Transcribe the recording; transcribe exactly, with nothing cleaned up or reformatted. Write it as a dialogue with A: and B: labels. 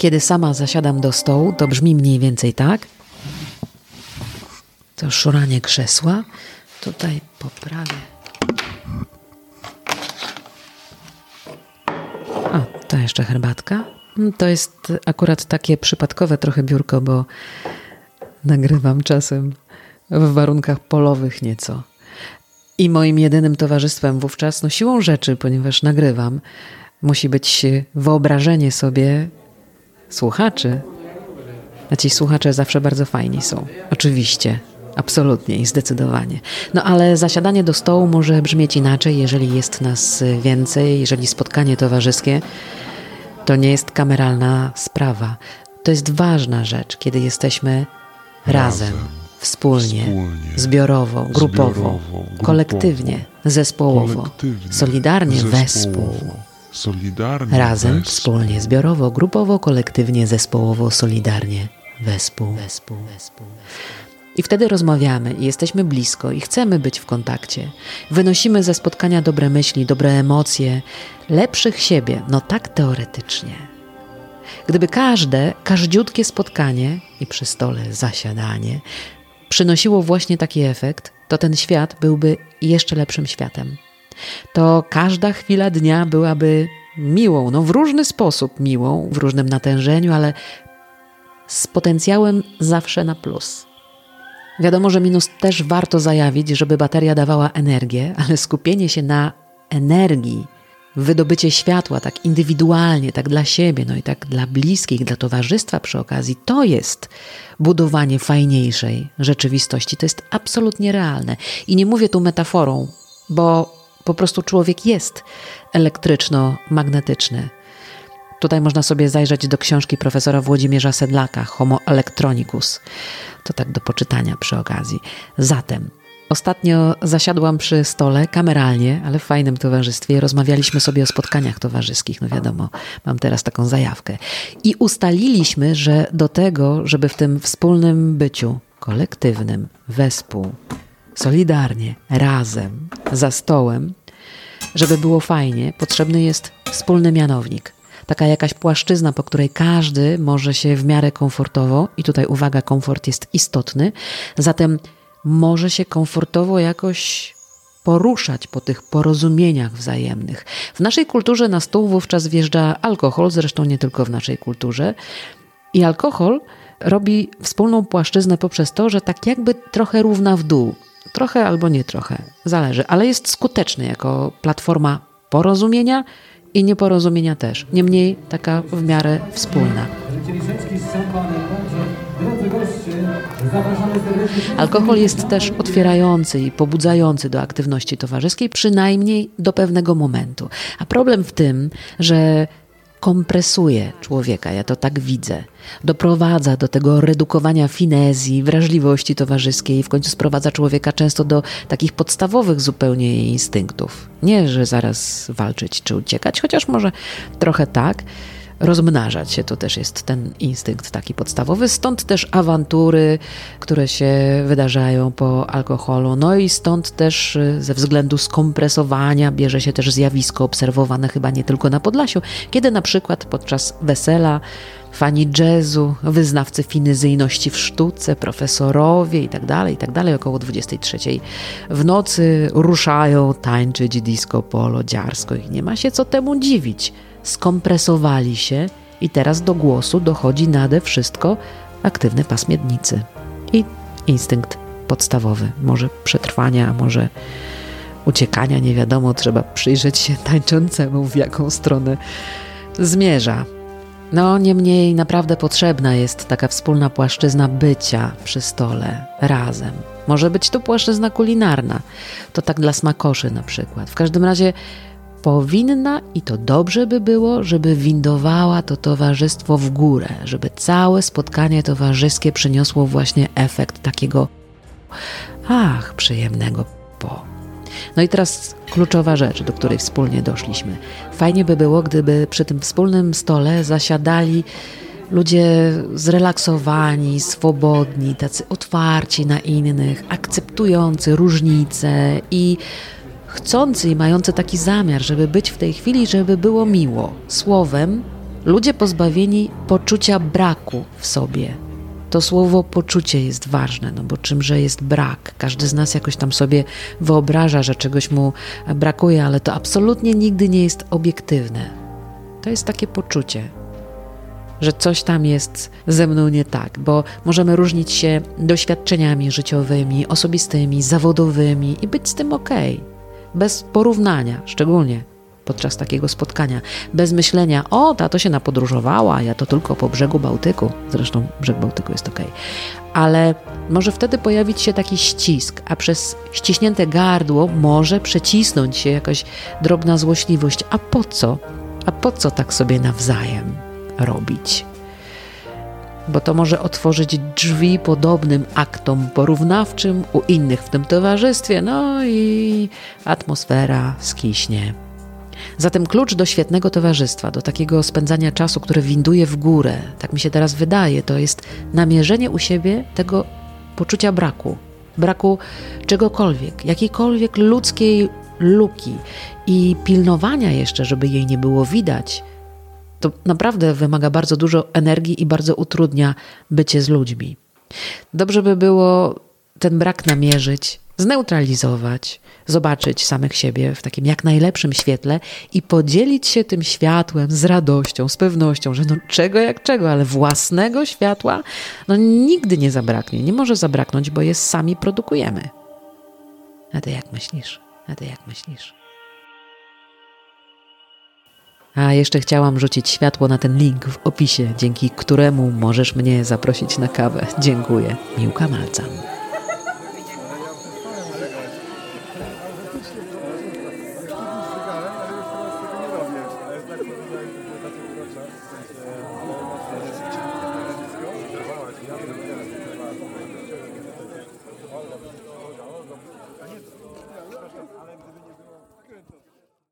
A: Kiedy sama zasiadam do stołu, to brzmi mniej więcej tak. To szuranie krzesła. Tutaj poprawię. A, to jeszcze herbatka. To jest akurat takie przypadkowe trochę biurko, bo nagrywam czasem w warunkach polowych nieco. I moim jedynym towarzystwem wówczas, no siłą rzeczy, ponieważ nagrywam, musi być wyobrażenie sobie słuchaczy. A ci słuchacze zawsze bardzo fajni są. Oczywiście, absolutnie i zdecydowanie. No ale zasiadanie do stołu może brzmieć inaczej, jeżeli jest nas więcej, jeżeli spotkanie towarzyskie to nie jest kameralna sprawa. To jest ważna rzecz, kiedy jesteśmy razem, razem wspólnie, wspólnie, zbiorowo, grupowo, zbiorowo, grupowo kolektywnie, zespołowo, kolektywnie, solidarnie, wespół.
B: Solidarnie,
A: razem,
B: wespół.
A: Wspólnie, zbiorowo, grupowo, kolektywnie, zespołowo, solidarnie, wespół. wespół, wespół. I wtedy rozmawiamy i jesteśmy blisko i chcemy być w kontakcie. Wynosimy ze spotkania dobre myśli, dobre emocje, lepszych siebie, no tak teoretycznie. Gdyby każde, każdziutkie spotkanie i przy stole zasiadanie przynosiło właśnie taki efekt, to ten świat byłby jeszcze lepszym światem. To każda chwila dnia byłaby miłą, no w różny sposób miłą, w różnym natężeniu, ale z potencjałem zawsze na plus. Wiadomo, że minus też warto zajawić, żeby bateria dawała energię, ale skupienie się na energii, wydobycie światła tak indywidualnie, tak dla siebie, no i tak dla bliskich, dla towarzystwa przy okazji, to jest budowanie fajniejszej rzeczywistości. To jest absolutnie realne. I nie mówię tu metaforą, bo po prostu człowiek jest elektryczno-magnetyczny. Tutaj można sobie zajrzeć do książki profesora Włodzimierza Sedlaka, Homo electronicus. To tak do poczytania przy okazji. Zatem ostatnio zasiadłam przy stole, kameralnie, ale w fajnym towarzystwie. Rozmawialiśmy sobie o spotkaniach towarzyskich. No wiadomo, mam teraz taką zajawkę. I ustaliliśmy, że do tego, żeby w tym wspólnym byciu, kolektywnym, wespół, solidarnie, razem, za stołem, żeby było fajnie, potrzebny jest wspólny mianownik. Taka jakaś płaszczyzna, po której każdy może się w miarę komfortowo, i tutaj uwaga, komfort jest istotny, zatem może się komfortowo jakoś poruszać po tych porozumieniach wzajemnych. W naszej kulturze na stół wówczas wjeżdża alkohol, zresztą nie tylko w naszej kulturze. I alkohol robi wspólną płaszczyznę poprzez to, że tak jakby trochę równa w dół. Trochę albo nie trochę, zależy, ale jest skuteczny jako platforma porozumienia i nieporozumienia też. Niemniej taka w miarę wspólna. Alkohol jest też otwierający i pobudzający do aktywności towarzyskiej, przynajmniej do pewnego momentu. A problem w tym, że kompresuje człowieka, ja to tak widzę. Doprowadza do tego redukowania finezji, wrażliwości towarzyskiej i w końcu sprowadza człowieka często do takich podstawowych zupełnie instynktów. Nie, że zaraz walczyć czy uciekać, chociaż może trochę tak. Rozmnażać się to też jest ten instynkt taki podstawowy. Stąd też awantury, które się wydarzają po alkoholu. No i stąd też ze względu skompresowania bierze się też zjawisko obserwowane chyba nie tylko na Podlasiu, kiedy na przykład podczas wesela fani jazzu, wyznawcy finezyjności w sztuce, profesorowie i tak dalej, i tak dalej, około dwudziestej trzeciej w nocy ruszają tańczyć disco polo dziarsko i nie ma się co temu dziwić. Skompresowali się i teraz do głosu dochodzi nade wszystko aktywny pas miednicy i instynkt podstawowy, może przetrwania, a może uciekania, nie wiadomo, trzeba przyjrzeć się tańczącemu, w jaką stronę zmierza. No niemniej naprawdę potrzebna jest taka wspólna płaszczyzna bycia przy stole, razem. Może być to płaszczyzna kulinarna, to tak dla smakoszy na przykład. W każdym razie powinna i to dobrze by było, żeby windowała to towarzystwo w górę, żeby całe spotkanie towarzyskie przyniosło właśnie efekt takiego ach, przyjemnego po. No i teraz kluczowa rzecz, do której wspólnie doszliśmy. Fajnie by było, gdyby przy tym wspólnym stole zasiadali ludzie zrelaksowani, swobodni, tacy otwarci na innych, akceptujący różnice i chcący i mający taki zamiar, żeby być w tej chwili, żeby było miło. Słowem Ludzie pozbawieni poczucia braku w sobie. To słowo poczucie jest ważne, no bo czymże jest brak? Każdy z nas jakoś tam sobie wyobraża, że czegoś mu brakuje, ale to absolutnie nigdy nie jest obiektywne. To jest takie poczucie, że coś tam jest ze mną nie tak, bo możemy różnić się doświadczeniami życiowymi, osobistymi, zawodowymi i być z tym okej. Bez porównania, szczególnie podczas takiego spotkania, bez myślenia, o, ta to się napodróżowała, ja to tylko po brzegu Bałtyku, zresztą brzeg Bałtyku jest okej, ale może wtedy pojawić się taki ścisk, a przez ściśnięte gardło może przecisnąć się jakaś drobna złośliwość. A po co? A po co tak sobie nawzajem robić? Bo to może otworzyć drzwi podobnym aktom porównawczym u innych w tym towarzystwie, no i atmosfera skiśnie. Zatem klucz do świetnego towarzystwa, do takiego spędzania czasu, które winduje w górę, tak mi się teraz wydaje, to jest namierzenie u siebie tego poczucia braku. Braku czegokolwiek, jakiejkolwiek ludzkiej luki i pilnowania jeszcze, żeby jej nie było widać. To naprawdę wymaga bardzo dużo energii i bardzo utrudnia bycie z ludźmi. Dobrze by było ten brak namierzyć, zneutralizować, zobaczyć samych siebie w takim jak najlepszym świetle i podzielić się tym światłem z radością, z pewnością, że no czego jak czego, ale własnego światła no nigdy nie zabraknie, nie może zabraknąć, bo je sami produkujemy. A ty jak myślisz? A ty jak myślisz? A jeszcze chciałam rzucić światło na ten link w opisie, dzięki któremu możesz mnie zaprosić na kawę. Dziękuję. Miłka Malcan.